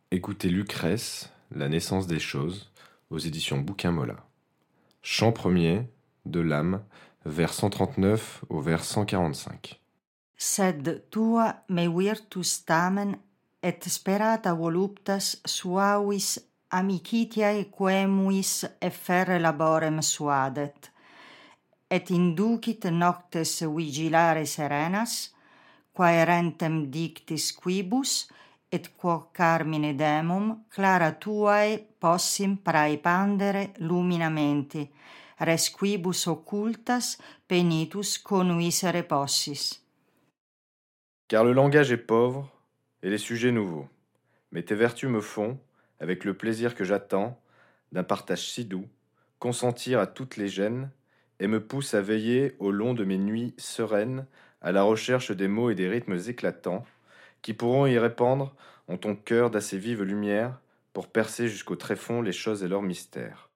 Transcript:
Écoutez Lucrèce, La naissance des choses, aux éditions Bouquin Mola. Chant premier, de l'âme, vers 139 au vers 145. Sed tua me virtus tamen et sperata voluptas suavis amicitiae quemuis efferre laborem suadet, et inducit noctes vigilare serenas, quae rentem dictis quibus, et quo carmine demum clara tuae possim praepandere luminamenti, res quibus occultas penitus convisere possis. Car le langage est pauvre et les sujets nouveaux. Mais tes vertus me font, avec le plaisir que j'attends, d'un partage si doux, consentir à toutes les gênes, et me poussent à veiller au long de mes nuits sereines à la recherche des mots et des rythmes éclatants, qui pourront y répandre en ton cœur d'assez vives lumières pour percer jusqu'au tréfonds les choses et leurs mystères.